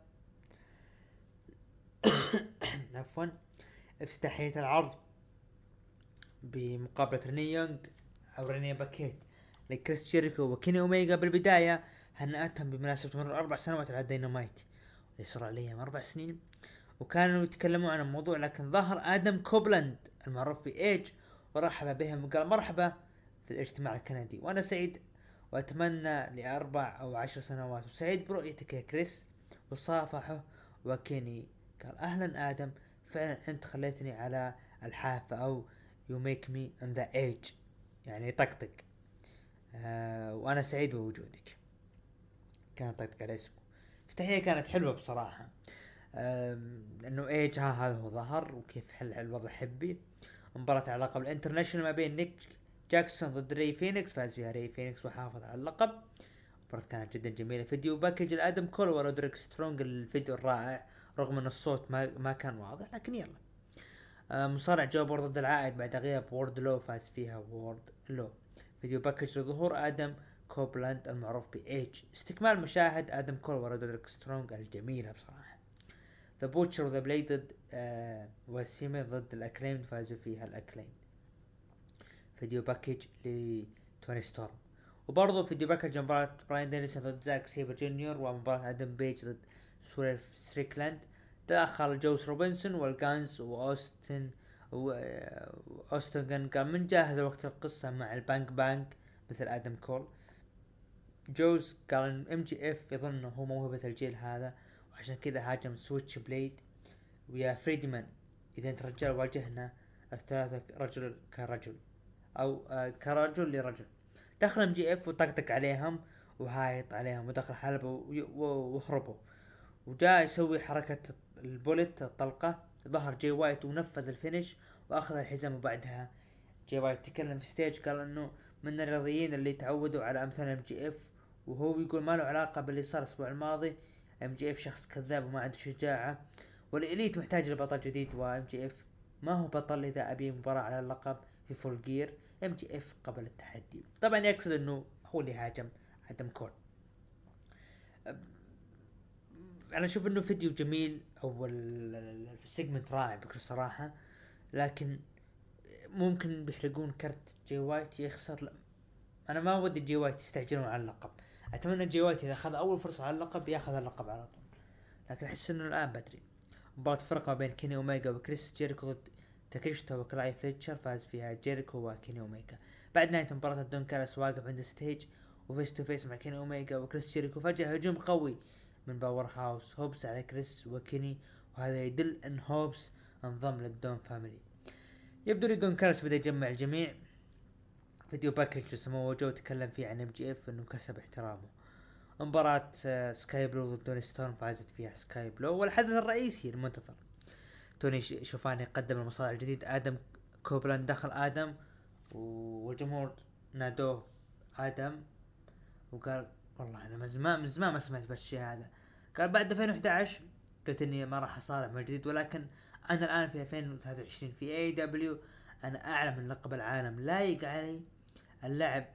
عفوا افتتاحية العرض بمقابلة ريني يونغ أو ريني باكيت لكريس جيريكو وكيني أوميجا. بالبداية هنأتهم بمناسبة مرور 4 سنوات على دينامايت، يصير عليهم 4 سنين، وكانوا يتكلموا عن الموضوع. لكن ظهر آدم كوبلاند المعروف بإيج ورحب بهم وقال مرحبا في الاجتماع الكندي، وأنا سعيد وأتمنى ل4 أو 10 سنوات، وسعيد برؤيتك يا كريس. وصافحه وكيني قال أهلا آدم، فعلا أنت خليتني على الحافة أو you make me on the edge، يعني طقطق. وأنا سعيد بوجودك. كان طقطق على اسمه. افتتاحية كانت حلوة بصراحة، لأنه ايج هذا هو ظهر وكيف حل الوضع حبي. مباراة على لقب الانترناشنال ما بين نيك جاكسون ضد ري فينيكس، فاز فيها ري فينيكس وحافظ على اللقب. مباراة كانت جدا جميلة. فيديو باكج الادم كول ورودريك سترونج، الفيديو الرائع رغم ان الصوت ما كان واضح، لكن يلا. مصارع جوبر ضد العائد بعد غياب وورد لو، فاز فيها وورد لو. فيديو باكج لظهور ادم كوبلاند المعروف بايج. استكمال مشاهد ادم كول ورودريك سترونج الجميلة بصراحة. ذا بوتشر وذا بليد ضد وسيمي ضد الاكليم، فازوا فيها الاكليم. فيديو باكج لتوني ستورم. وبرضه فيديو باكج مباراة براين دانيسون ضد زاك سيبر جونيور، ومباراة ادم بيج ضد سويرف ستريكلاند. تأخر جوس روبنسون والجانز واوستن جان قال من جاهز وقت القصة مع البانك بانك مثل ادم كول. جوز قال ان ام جي اف يظن انه هو موهبة الجيل هذا، وعشان كذا هاجم سويتش بليد ويا فريدمان. اذا انت رجال واجهنا الثلاثة رجل كرجل او كرجل لرجل. دخل ام جي اف وطقطق عليهم وهايط عليهم ودخل حلبة وهربوا، وجاء يسوي حركة البوليت الطلقة. ظهر جي وايت ونفذ الفينش واخذ الحزام. وبعدها جي وايت تكلم في ستيج قال انه من الرياضيين اللي تعودوا على امثال ام جي اف، وهو يقول ما له علاقة باللي صار الاسبوع الماضي. ام جي اف شخص كذاب وما عنده شجاعة، والإليت محتاج لبطل جديد، وام جي اف ما هو بطل اذا ابي مباراة على اللقب في فول جير. ام جي اف قبل التحدي. طبعا يقصد انه هو اللي هاجم ادم كول. انا اشوف انه فيديو جميل او السيجمنت رائع بكل صراحة، لكن ممكن بيحرقون كرت جي وايت يخسر. انا ما ودي جي وايت يستعجلون على اللقب. اتمنى جي وايت اذا اخذ اول فرصة على اللقب ياخذ اللقب على طول، لكن احس انه الان بدري. مباراة فرقة بين كيني اوميجا وكريس جيريكو ضد تاكيشتا وكلاي فليتشر. فاز فيها جيريكو وكيني اوميجا. بعد نهاية مباراة دون كالاس واقف عند ستيج وفيس تو فيس مع كيني اوميجا وكريس جيريكو. فجأة هجوم قوي من باور هاوس هوبس على كريس وكيني، وهذا يدل ان هوبس انضم للدون فاميلي. يبدو لي دون كالاس بدا يجمع الجميع. فيديو باكج سمو جو تكلم فيه عن ام جي اف انه كسب احترامه. مباراة سكاي بلو ضد توني ستورم فازت فيها سكاي بلو، والحدث الرئيسي المنتظر توني شوفاني قدم المصارع الجديد ادم كوبلاند. دخل ادم والجمهور نادوه ادم، وقال والله انا من زمان ما سمعت بالشيء هذا. قال بعد 2011 قلت اني ما راح اصارع مع الجديد، ولكن انا الان في 2023 في اي دبليو انا اعلى من لقب العالم، لايق علي اللعب.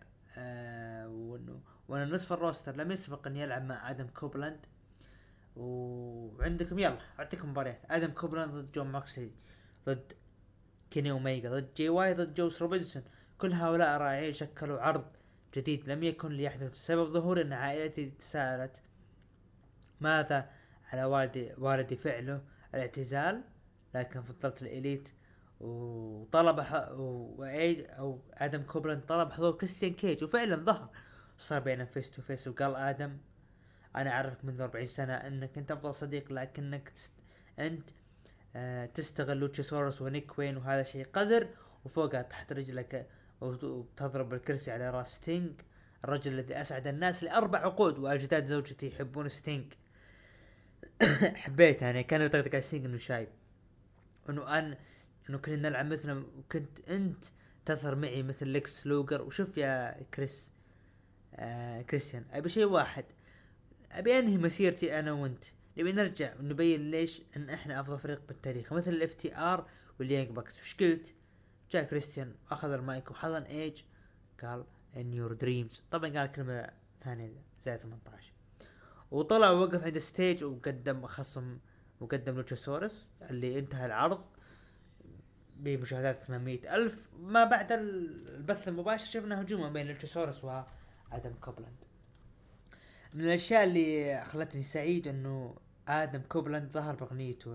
وانا نصف الروستر لم يسبق ان يلعب مع ادم كوبلاند. وعندكم يلا اعطيكم مباريات: ادم كوبلاند ضد جون ماكسلي، ضد كيني اوميجا، ضد جي واي، ضد جوس روبنسون. كل هؤلاء رائعين شكلوا عرض جديد لم يكن ليحدث. سبب ظهور ان عائلتي تساءلت ماذا على والدي فعله الاعتزال، لكن فضلت الإليت. وطلب او ادم كوبلاند طلب حضور كريستيان كيج، وفعلا ظهر. صار بينهم فيس تو فيس، وقال ادم انا اعرفك منذ 40 سنة انك انت افضل صديق، لكنك انت تستغل لوتشيسوروس ونيك وين، وهذا شيء قذر. وفوقها تحت رجلك وتضرب الكرسي على راس ستينج، الرجل الذي اسعد الناس لأربع عقود، واجداد زوجتي يحبون ستينج. حبيت يعني كان يطقطق على ستينج انه شايب، انه كنا نلعب مثله، وكنت انت تظهر معي مثل ليكس لوجر. وشوف يا كريستيان ابي شيء واحد، ابي انهي مسيرتي انا وانت، نبي نرجع ونبين ليش ان احنا افضل فريق بالتاريخ مثل الاف تي ار واليانج باكس. وش قلت؟ جاء كريستيان واخذ المايك وحضن ايج قال ان يور دريمز. طبعا قال كلمة ثانية زي 18، وطلع ووقف عند ستيج وقدم خصم، وقدم لوتشاسورس اللي انتهى العرض بمشاهدات 800,000. ما بعد البث المباشر شفنا هجوما بين لوتشاسورس وادم كوبلاند. من الاشياء اللي خلتني سعيد انه ادم كوبلاند ظهر باغنيته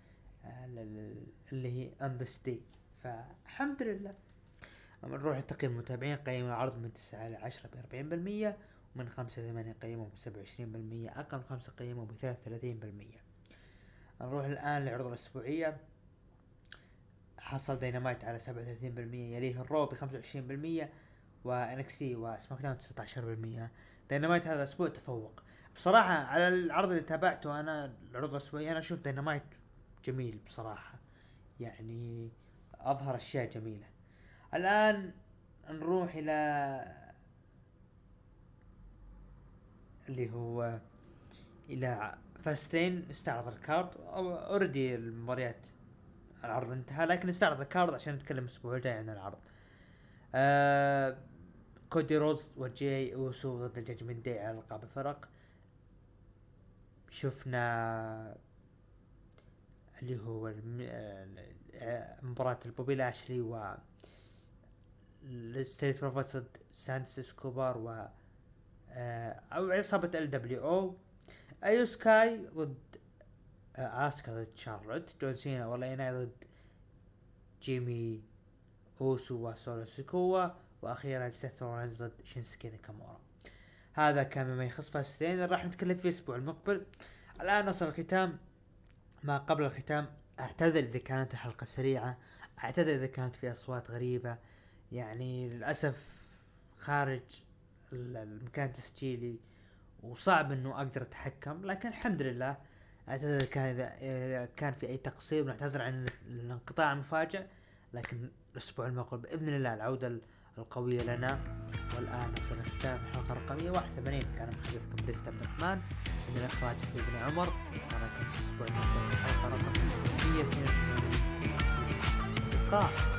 اللي هي On This Day، فالحمد لله. نروح لتقييم المتابعين. قيموا العرض من 9 إلى 10 ب40%، ومن 5 إلى 8 قيموا ب27%، أقل من 5 قيموا ب33%. نروح الآن للعروض الأسبوعية. حصل دينامايت على 37%، يليه الرو ب25%، وانكسي وسماك داون 19%. دينامايت هذا الأسبوع تفوق بصراحة على العرض اللي تابعته أنا. العروض الأسبوعية أنا أشوف دينامايت جميل بصراحة، يعني أظهر أشياء جميلة. الآن نروح إلى اللي هو إلى فاستين. استعرض الكارد أوردي المباريات، العرض انتهى لكن استعرض الكارد عشان نتكلم الأسبوع الجاي عن العرض. كودي روز وجاي أوسو ضد الجاجمنت داي على ألقاب الفرق. شفنا اللي هو مباراة البوبي لاشلي ستريت بروفيتس ضد سانس سكوبار و او عصابة LWO. ايو سكاي ضد اسكا ضد شارلوت. جون سينا والله ضد جيمي اوسو وسولو سيكوا. واخيرا سيث رولينز ضد شينسكي ناكامورا. هذا كان مما يخص فاستين راح نتكلم فيه الاسبوع المقبل. الان نصل الختام. ما قبل الختام اعتذر اذا كانت الحلقة سريعة، اعتذر اذا كانت في اصوات غريبة، يعني للاسف خارج المكان تسجيلي وصعب انه اقدر اتحكم، لكن الحمد لله. اعتذر اذا كان في اي تقصير، ونعتذر عن الانقطاع المفاجئ، لكن الاسبوع المقبل باذن الله العودة القوية لنا. والان نصل الختام الحلقة رقمية 81. كان محدثكم بريست عبد الرحمن من الاخراج ابن عمر. نراكم الاسبوع المقبل في الحلقة رقم 182. اللقاء.